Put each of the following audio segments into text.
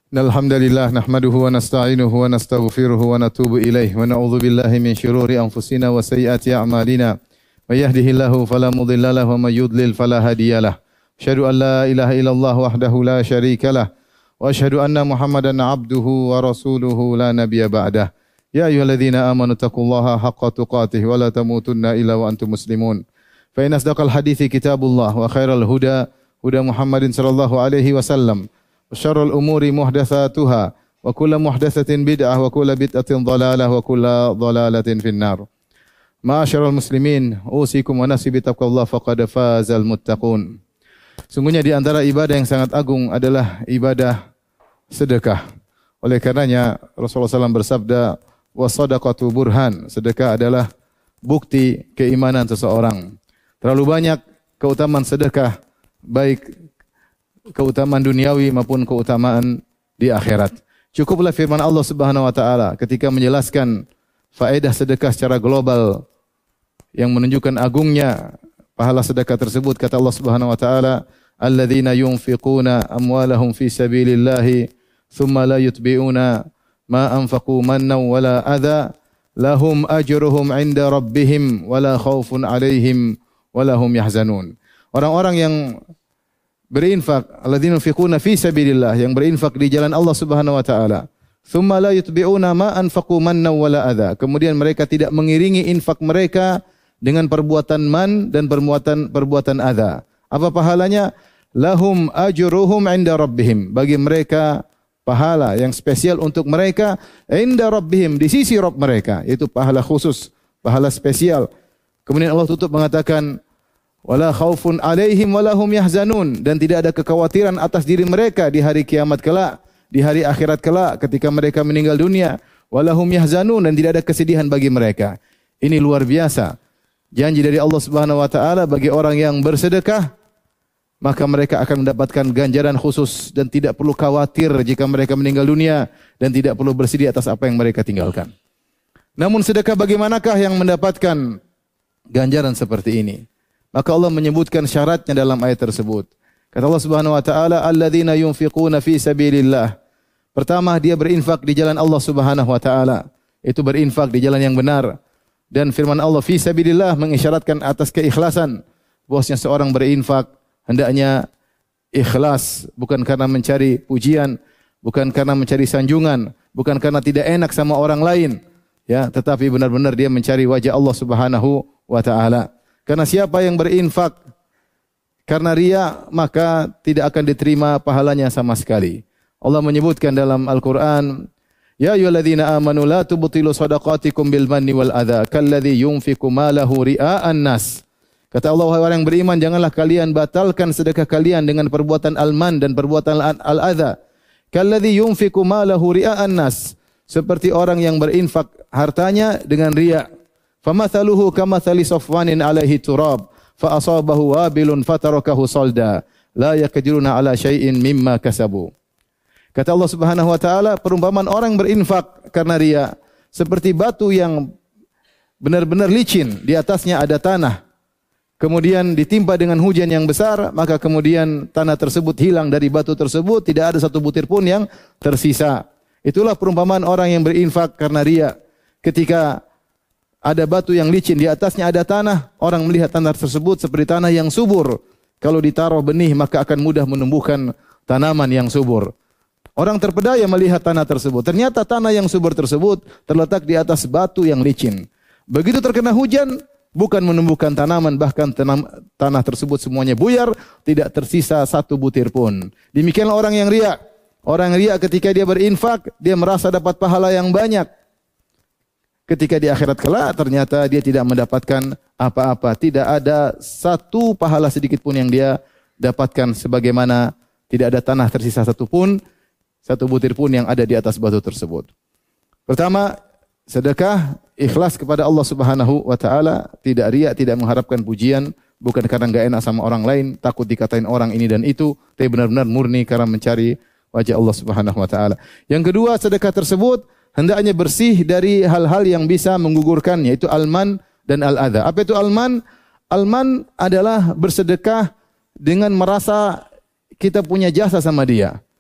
Alhamdulillah nahmaduhu wa nasta'inuhu wa nastaghfiruhu wa natubu ilaih wa na'udzu billahi min syururi anfusina wa sayyiati a'malina. May yahdihillahu fala mudilla lahu wa may yudlil fala hadiyalah. Asyhadu an la ilaha illallah wahdahu la syarikalah wa asyhadu anna Muhammadan 'abduhu wa rasuluhu la nabiyya ba'dah. Ya ayyuhalladzina amanu taqullaha haqqa tuqatih wa la tamutunna illa wa antum muslimun. Fa in asdaqal hadithi kitabullah wa khairal huda huda Muhammadin sallallahu alaihi wasallam. Syarrul umuri muhdatsatuha wa kullu muhdatsatin bid'ah wa kullu bid'atin dhalalah wa kullu dhalalatin finnar. Ma'asyiral muslimin, usikum wa nafsi bi taqwallah faqad fazal muttaqun. Sungguhnya di antara ibadah yang sangat agung adalah ibadah sedekah. Oleh karenanya Rasulullah SAW bersabda, "Wa shadaqatu burhan." Sedekah adalah bukti keimanan seseorang. Terlalu banyak keutamaan sedekah, baik keutamaan duniawi maupun keutamaan di akhirat. Cukuplah firman Allah Subhanahu wa taala ketika menjelaskan faedah sedekah secara global yang menunjukkan agungnya pahala sedekah tersebut. Kata Allah Subhanahu wa taala, "Alladzina yunfiquna amwalahum fi sabilillahi thumma la yutbi'una ma anfaqu mannan wala adza lahum ajruhum 'inda rabbihim wala khaufun 'alaihim wala hum yahzanun." Orang-orang yang berinfak, alladzina yunfiquna fi sabilillah, yang berinfak di jalan Allah Subhanahu wa taala. Tsumma la yutbi'una ma anfaqu mannan wala adza. Kemudian mereka tidak mengiringi infak mereka dengan perbuatan man dan perbuatan adza. Apa pahalanya? Lahum ajruhum 'inda rabbihim. Bagi mereka pahala yang spesial untuk mereka 'inda rabbihim, di sisi Rabb mereka, yaitu pahala khusus, pahala spesial. Kemudian Allah tutup mengatakan, wala khaufun alaihim wala hum yahzanun, dan tidak ada kekhawatiran atas diri mereka di hari kiamat kelak, di hari akhirat kelak ketika mereka meninggal dunia. Wala hum yahzanun, dan tidak ada kesedihan bagi mereka. Ini luar biasa. Janji dari Allah Subhanahu wa taala bagi orang yang bersedekah, maka mereka akan mendapatkan ganjaran khusus dan tidak perlu khawatir jika mereka meninggal dunia dan tidak perlu bersedih atas apa yang mereka tinggalkan. Namun sedekah bagaimanakah yang mendapatkan ganjaran seperti ini? Maka Allah menyebutkan syaratnya dalam ayat tersebut. Kata Allah Subhanahu wa taala, "Alladzina yunfiquna fi sabilillah." Pertama, dia berinfak di jalan Allah Subhanahu wa taala. Itu berinfak di jalan yang benar. Dan firman Allah fi sabilillah mengisyaratkan atas keikhlasan. Bahwasanya seorang berinfak hendaknya ikhlas, bukan karena mencari pujian, bukan karena mencari sanjungan, bukan karena tidak enak sama orang lain, ya, tetapi benar-benar dia mencari wajah Allah Subhanahu wa taala. Karena siapa yang berinfak karena riya, maka tidak akan diterima pahalanya sama sekali. Allah menyebutkan dalam Al-Quran, "Ya ayyuhalladzina amanu la tubtilu shadaqatikum bil manni wal adza kalladzi yunfiqu malahu ria'an nas." Kata Allah, wahai orang yang beriman, janganlah kalian batalkan sedekah kalian dengan perbuatan al-man dan perbuatan al-adza. Kalladzi yunfiqu malahu ria'an nas, seperti orang yang berinfak hartanya dengan riya. Famathaluhu kamathali safwanin alaihi turab fa asabahu wabilun fatarakahu salda la yaqdiruna ala syai'in mimma kasabu. Kata Allah Subhanahu wa taala, perumpamaan orang berinfak karena riya seperti batu yang benar-benar licin, di atasnya ada tanah. Kemudian ditimpa dengan hujan yang besar, maka kemudian tanah tersebut hilang dari batu tersebut, tidak ada satu butir pun yang tersisa. Itulah perumpamaan orang yang berinfak karena riya. Ketika ada batu yang licin, di atasnya ada tanah, orang melihat tanah tersebut seperti tanah yang subur. Kalau ditaruh benih, maka akan mudah menumbuhkan tanaman yang subur. Orang terpedaya melihat tanah tersebut. Ternyata tanah yang subur tersebut terletak di atas batu yang licin. Begitu terkena hujan, bukan menumbuhkan tanaman, bahkan tanah tersebut semuanya buyar, tidak tersisa satu butir pun. Demikianlah orang yang riya. Orang riya ketika dia berinfak, dia merasa dapat pahala yang banyak. Ketika di akhirat kelak ternyata dia tidak mendapatkan apa-apa. Tidak ada satu pahala sedikit pun yang dia dapatkan, sebagaimana tidak ada tanah tersisa satu pun, satu butir pun yang ada di atas batu tersebut. Pertama, sedekah ikhlas kepada Allah Subhanahu wa taala, tidak riya, tidak mengharapkan pujian, bukan karena enggak enak sama orang lain, takut dikatain orang ini dan itu, tapi benar-benar murni karena mencari wajah Allah Subhanahu wa taala. Yang kedua, sedekah tersebut hendaknya bersih dari hal-hal yang bisa menggugurkannya, yaitu al-man dan al-adza. Apa itu al-man? Al-man adalah bersedekah dengan merasa kita punya jasa sama dia.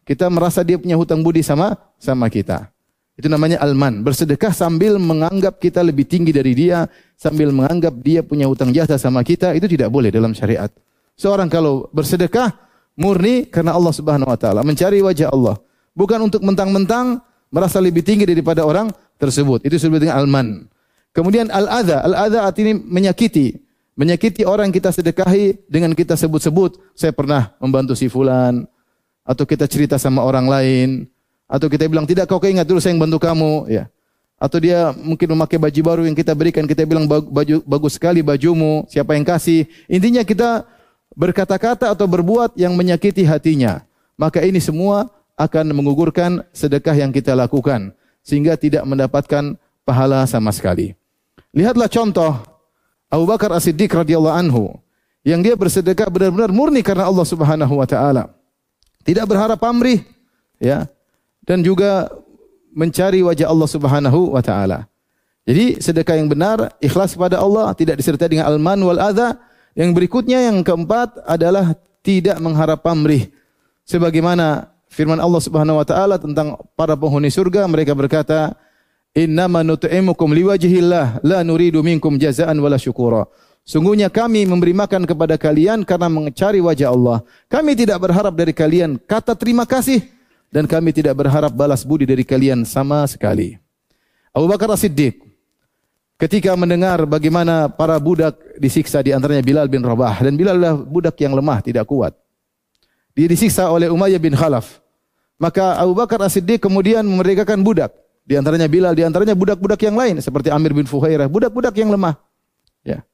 Kita merasa dia punya hutang budi sama kita. Itu namanya alman. Bersedekah sambil menganggap kita lebih tinggi dari dia, sambil menganggap dia punya hutang jasa sama kita, itu tidak boleh dalam syariat. Seorang kalau bersedekah murni karena Allah Subhanahu wa taala, mencari wajah Allah, bukan untuk mentang-mentang merasa lebih tinggi daripada orang tersebut. Itu disebut dengan alman. Kemudian al-adza, artinya menyakiti orang yang kita sedekahi dengan kita sebut-sebut, saya pernah membantu si fulan, atau kita cerita sama orang lain, atau kita bilang, tidak, kau ingat dulu saya yang bantu kamu, ya. Atau dia mungkin memakai baju baru yang kita berikan, kita bilang baju bagus sekali bajumu, siapa yang kasih. Intinya kita berkata-kata atau berbuat yang menyakiti hatinya. Maka ini semua akan mengugurkan sedekah yang kita lakukan, sehingga tidak mendapatkan pahala sama sekali. Lihatlah contoh Abu Bakar As-Siddiq radhiyallahu anhu, yang dia bersedekah benar-benar murni karena Allah Subhanahu wa taala. Tidak berharap pamrih, ya. Dan juga mencari wajah Allah Subhanahu wa taala. Jadi sedekah yang benar, ikhlas kepada Allah, tidak disertai dengan alman wal adza. Yang berikutnya, yang keempat adalah tidak mengharap pamrih. Sebagaimana firman Allah Subhanahu wa taala tentang para penghuni surga, mereka berkata, "Innama nut'imukum liwajhillah, la nuridu minkum jazaan wala syukura." Sungguhnya kami memberi makan kepada kalian karena mencari wajah Allah. Kami tidak berharap dari kalian kata terima kasih, dan kami tidak berharap balas budi dari kalian sama sekali. Abu Bakar As-Siddiq ketika mendengar bagaimana para budak disiksa, di antaranya Bilal bin Rabah, dan Bilal adalah budak yang lemah, tidak kuat. Dia disiksa oleh Umayyah bin Khalaf. Maka Abu Bakar As-Siddiq kemudian memerdekakan budak. Di antaranya Bilal, di antaranya budak-budak yang lain seperti Amir bin Fuhairah, budak-budak yang lemah. Ya.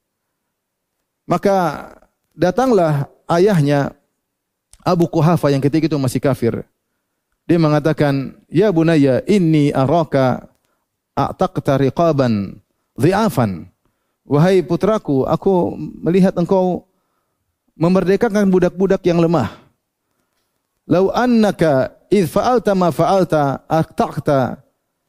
Maka datanglah ayahnya Abu Quhafa yang ketika itu masih kafir. Dia mengatakan, "Ya bunayya, inni araka a'taqta riqaban dhi'afan." Wahai putraku, aku melihat engkau memerdekakan budak-budak yang lemah. "Lau annaka idh fa'alta ma fa'alta a'taqta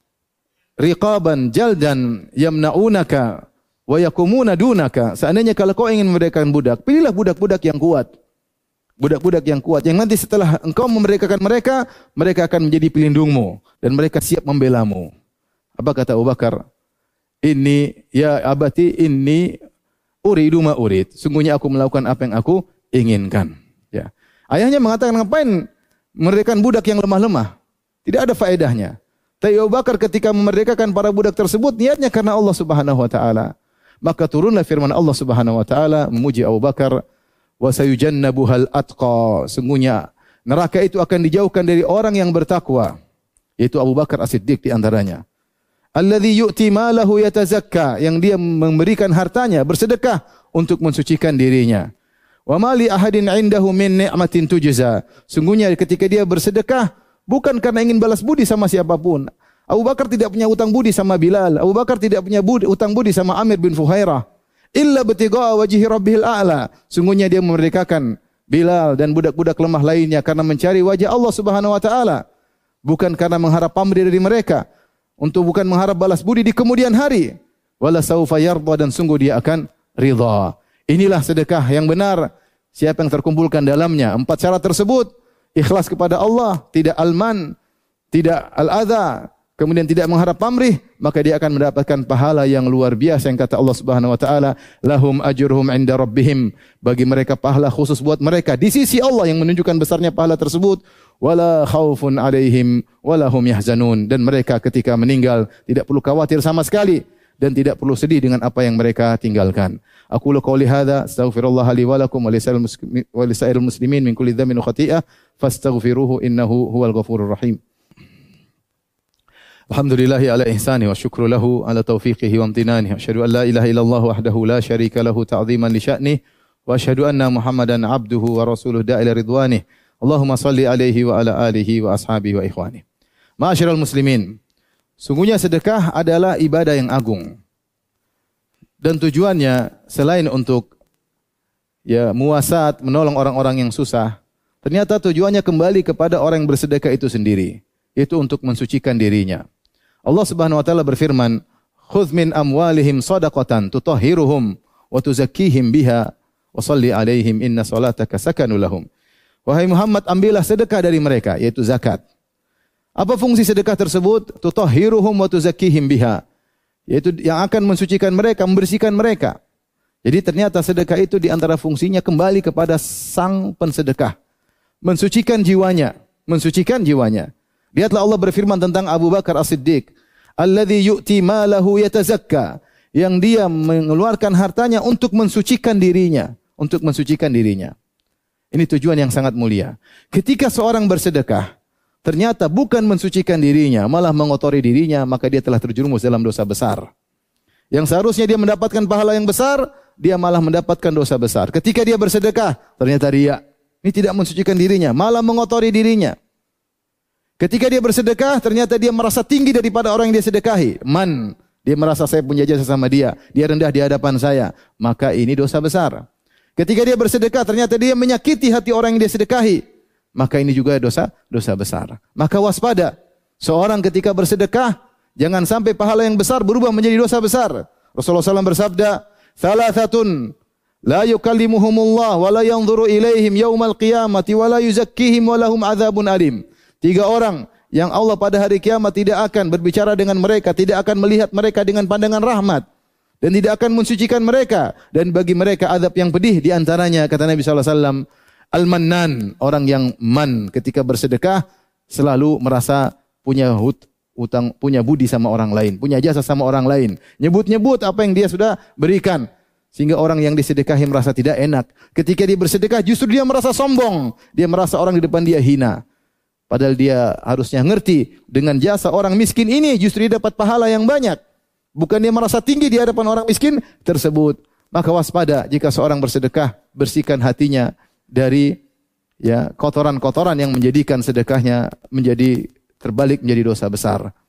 riqaban jaldan yamna'unaka wa yakumuna dunaka." Seandainya kalau kau ingin memerdekakan budak, pilihlah budak-budak yang kuat. Budak-budak yang kuat, yang nanti setelah engkau memerdekakan mereka, mereka akan menjadi pelindungmu dan mereka siap membelamu. Apa kata Abu Bakar? "Inni ya abati inni uridu ma urid." Sungguhnya aku melakukan apa yang aku inginkan. Ya. Ayahnya mengatakan, ngapain memerdekakan budak yang lemah-lemah? Tidak ada faedahnya. Tapi Abu Bakar ketika memerdekakan para budak tersebut, niatnya karena Allah Subhanahu wa taala. Maka turunlah firman Allah Subhanahu wa taala memuji Abu Bakar, "Wa sayujannabuhal atqa." Sungguhnya neraka itu akan dijauhkan dari orang yang bertakwa, yaitu Abu Bakar As-Siddiq di antaranya. "Alladzi yu'ti malahu yatazakka," yang dia memberikan hartanya, bersedekah untuk mensucikan dirinya. "Wa ma li ahadin 'indahu min ni'matin tujza." Sungguhnya ketika dia bersedekah bukan karena ingin balas budi sama siapapun. Abu Bakar tidak punya utang budi sama Bilal. Abu Bakar tidak punya utang budi sama Amir bin Fuhairah. Illa btigha'a wajhi rabbihil a'la. Sungguhnya dia memerdekakan Bilal dan budak-budak lemah lainnya karena mencari wajah Allah Subhanahu wa taala, bukan karena mengharap pamrih dari mereka, bukan mengharap balas budi di kemudian hari. Wala saufa yarda, dan sungguh dia akan ridha. Inilah sedekah yang benar. Siapa yang terkumpulkan dalamnya 4 syarat tersebut, ikhlas kepada Allah, tidak alman, tidak al-adza, kemudian tidak mengharap pamrih, maka dia akan mendapatkan pahala yang luar biasa yang kata Allah Subhanahu wa taala, "Lahum ajruhum 'inda rabbihim." Bagi mereka pahala khusus buat mereka di sisi Allah yang menunjukkan besarnya pahala tersebut. "Wala khaufun 'alaihim wala hum yahzanun." Dan mereka ketika meninggal tidak perlu khawatir sama sekali dan tidak perlu sedih dengan apa yang mereka tinggalkan. Aqulu qouli hadza, astaghfirullah li wa lakum wa lisairil muslimin min kulli dhanbin wa khati'ah, fastaghfiruhu innahu huwal ghafurur rahim. Alhamdulillahi ala ihsani wa syukru lahu ala taufiqihi wa amtinani. Asyhadu an la ilaha illallah wahdahu la syarika lahu ta'ziman li sya'nih, wa asyhadu anna Muhammadan abduhu wa rasuluhu da'ila ridwanih. Allahumma salli alaihi wa ala alihi wa ashabihi wa ikhwani. Ma'asyiral muslimin, sungguhnya sedekah adalah ibadah yang agung. Dan tujuannya selain untuk muasat, menolong orang-orang yang susah, ternyata tujuannya kembali kepada orang yang bersedekah itu sendiri, yaitu untuk mensucikan dirinya. Allah Subhanahu wa taala berfirman, "Khudz min amwalihim shadaqatan tutahhiruhum wa tuzakkihim biha wa shalli 'alaihim inna salataka sakanun lahum." Wahai Muhammad, ambillah sedekah dari mereka, yaitu zakat. Apa fungsi sedekah tersebut? Tutahhiruhum wa tuzakkihim biha. Yaitu yang akan mensucikan mereka, membersihkan mereka. Jadi ternyata sedekah itu di antara fungsinya kembali kepada sang pensedekah. Mensucikan jiwanya, mensucikan jiwanya. Lihatlah Allah berfirman tentang Abu Bakar As-Siddiq, alladzi yu'ti malahu yatazakka, yang dia mengeluarkan hartanya untuk mensucikan dirinya, untuk mensucikan dirinya. Ini tujuan yang sangat mulia. Ketika seorang bersedekah, ternyata bukan mensucikan dirinya, malah mengotori dirinya, maka dia telah terjerumus dalam dosa besar. Yang seharusnya dia mendapatkan pahala yang besar, dia malah mendapatkan dosa besar. Ketika dia bersedekah, ternyata riya. Ini tidak mensucikan dirinya, malah mengotori dirinya. Ketika dia bersedekah, ternyata dia merasa tinggi daripada orang yang dia sedekahi. Dia merasa saya punya jasa sama dia rendah di hadapan saya. Maka ini dosa besar. Ketika dia bersedekah, ternyata dia menyakiti hati orang yang dia sedekahi. Maka ini juga dosa besar. Maka waspada. Seorang ketika bersedekah, jangan sampai pahala yang besar berubah menjadi dosa besar. Rasulullah SAW bersabda, "Thalathatun la yukallimuhumullah wa la yanzuru ilaihim yaumal qiyamati wa la yuzakkihim wa lahum adzabun alim." 3 orang yang Allah pada hari kiamat tidak akan berbicara dengan mereka, tidak akan melihat mereka dengan pandangan rahmat, dan tidak akan mensucikan mereka, dan bagi mereka azab yang pedih. Di antaranya kata Nabi sallallahu alaihi wasallam, al-mannan, orang yang ketika bersedekah selalu merasa punya utang, punya budi sama orang lain, punya jasa sama orang lain, nyebut-nyebut apa yang dia sudah berikan, sehingga orang yang disedekahi merasa tidak enak. Ketika dia bersedekah justru dia merasa sombong, dia merasa orang di depan dia hina. Padahal dia harusnya ngerti dengan jasa orang miskin ini justru dia dapat pahala yang banyak. Bukan dia merasa tinggi di hadapan orang miskin tersebut. Maka waspada jika seorang bersedekah, bersihkan hatinya dari kotoran-kotoran yang menjadikan sedekahnya menjadi terbalik menjadi dosa besar.